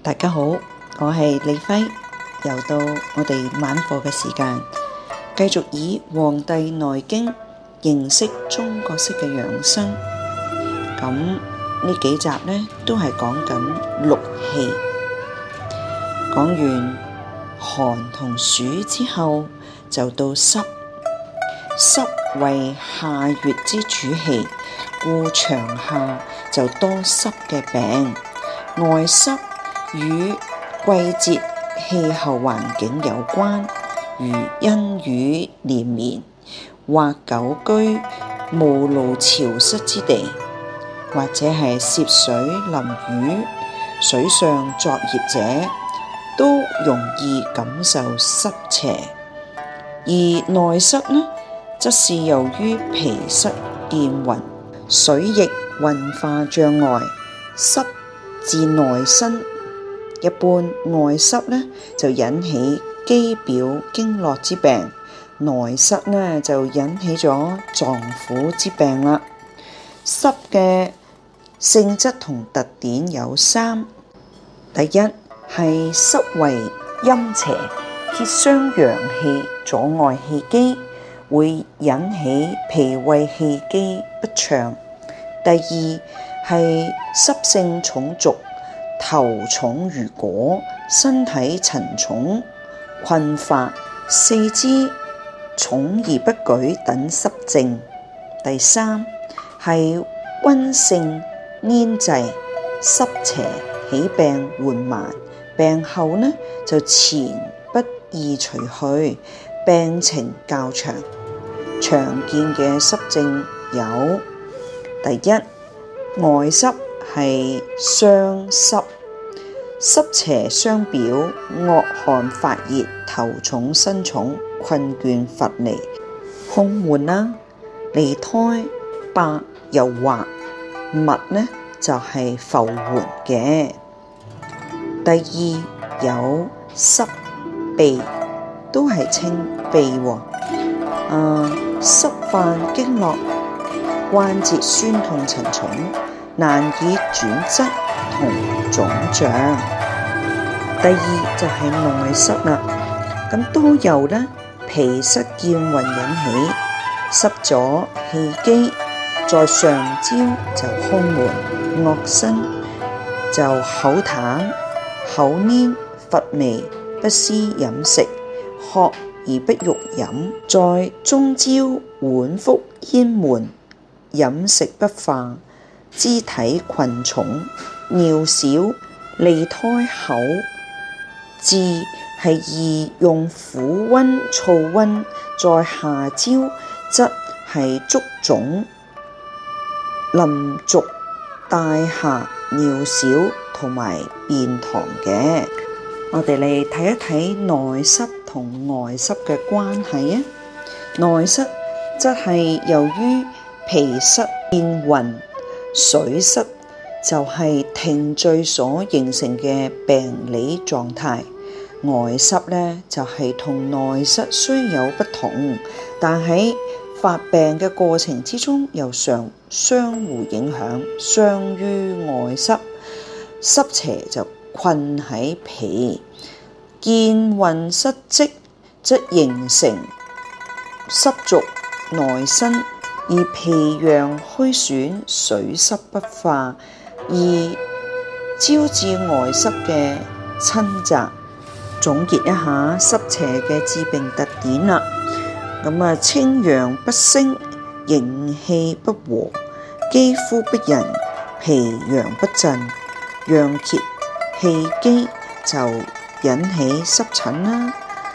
大家好，我係李輝，又到我哋晚課嘅時間，繼續以《黃帝內經》認識中國式嘅養生。咁呢幾集呢都係講緊六氣，講完寒同暑之後，就到濕。濕為夏月之主氣，故長夏就多濕嘅病。外濕與季節氣候環境有關，如陰雨連綿或久居霧露潮濕之地，或者係涉水淋雨、水上作業者，都容易感受濕邪。而內濕呢，則是由於脾濕澱渾、水液運化障礙，濕自內生。一般外濕呢就引起肌表經絡之病，內濕呢就引起咗臟腑之病啦。濕嘅性質同特點有三：第一係濕為陰邪，結傷陽氣，阻礙氣機，會引起脾胃氣機不暢。第二係濕性重濁，頭重如裹，身體沉重困乏，四肢重而不舉等濕症。第三係溫性黏滯，濕邪起病緩慢，病後呢就前不易除去，病情較長。常見嘅濕症有：第一，外濕係傷濕，濕邪相表，惡寒發熱，頭重身重，困倦乏力，胸悶啦，脷苔白又滑，脈呢就係浮緩嘅。第二有濕痹，都係稱痹喎。濕犯經絡，關節酸痛沉重，難以轉側同腫脹。第二就係內濕啦，咁多由呢脾濕澱渾引起，濕咗氣機，在上焦就胸悶惡心，就口淡口黏乏味，不思飲食，渴而不欲飲，在中焦脘腹咽悶，飲食不化，肢體困重，尿少，脷苔厚。治係宜用苦溫燥溫，在下焦則係足腫淋濁帶下尿少同埋便溏嘅。我哋嚟睇一睇內濕同外濕嘅關係啊。內濕則係由於脾濕澱渾，水濕就係停聚所形成嘅病理狀態。外濕呢就係同內濕雖有不同，但喺發病嘅過程之中又相互影響。相於外濕，濕邪就困喺脾，澱渾失積，則形成濕濁內生，而脾陽虛損，水濕不化，而招致外濕嘅侵襲。總結一下濕邪嘅致病特點啦。咁清陽不升，營氣不和，肌膚不仁，脾陽不振，陽竭氣機，就引起濕疹啦，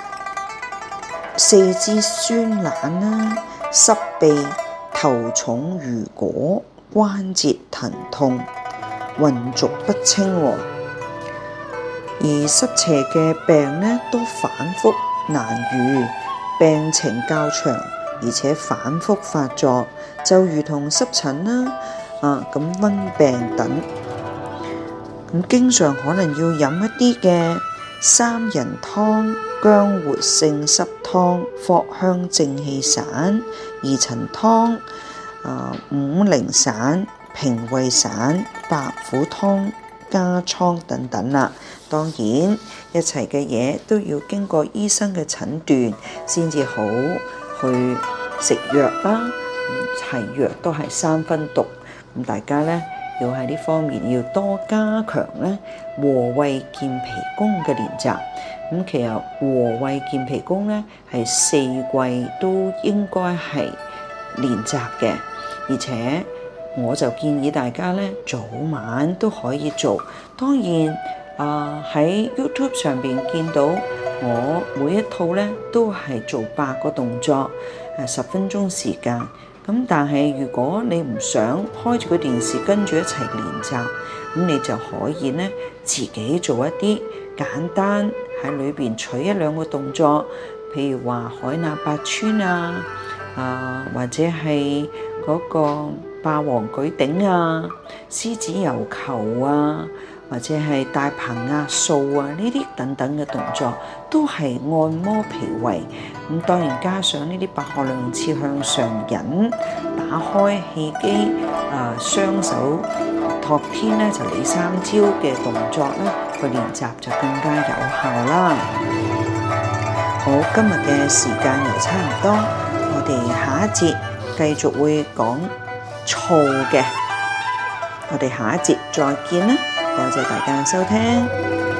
四肢酸懶啦，濕痹，頭重如裹，關節疼痛，渾濁不清。而濕邪嘅病呢，多反覆難愈，病情較長，而且反覆發作，就如同濕疹啦、溫病等。咁經常可能要飲一啲嘅三仁湯、薑活性濕湯、藿香正氣散、二陳湯、五苓散、平胃散、白虎湯加倉等等啦。當然，一切嘅嘢都要經過醫生嘅診斷先至好去食藥啦。係藥都係三分毒，咁大家咧要喺呢方面要多加強咧和胃健脾功嘅練習。咁其實和胃健脾功咧係四季都應該係練習嘅，而且我就建議大家咧早晚都可以做。當然喺 YouTube 上邊見到我每一套咧都係做8個動作，10分鐘時間。咁但係如果你唔想開住個電視跟住一齊練習，咁你就可以咧自己做一啲簡單喺裏邊取1-2個動作，譬如話海納百川或者係嗰個霸王舉鼎獅子遊球或者係大棚壓掃呢啲等等嘅動作，都係按摩脾胃。咁當然加上呢啲白鶴亮翅向上引，打開氣機，雙手托天咧就李三招嘅動作咧，個練習就更加有效啦。好，今日嘅時間又差唔多，我哋下一節繼續會講燥嘅，我哋下一節再見啦。多謝大家收聽。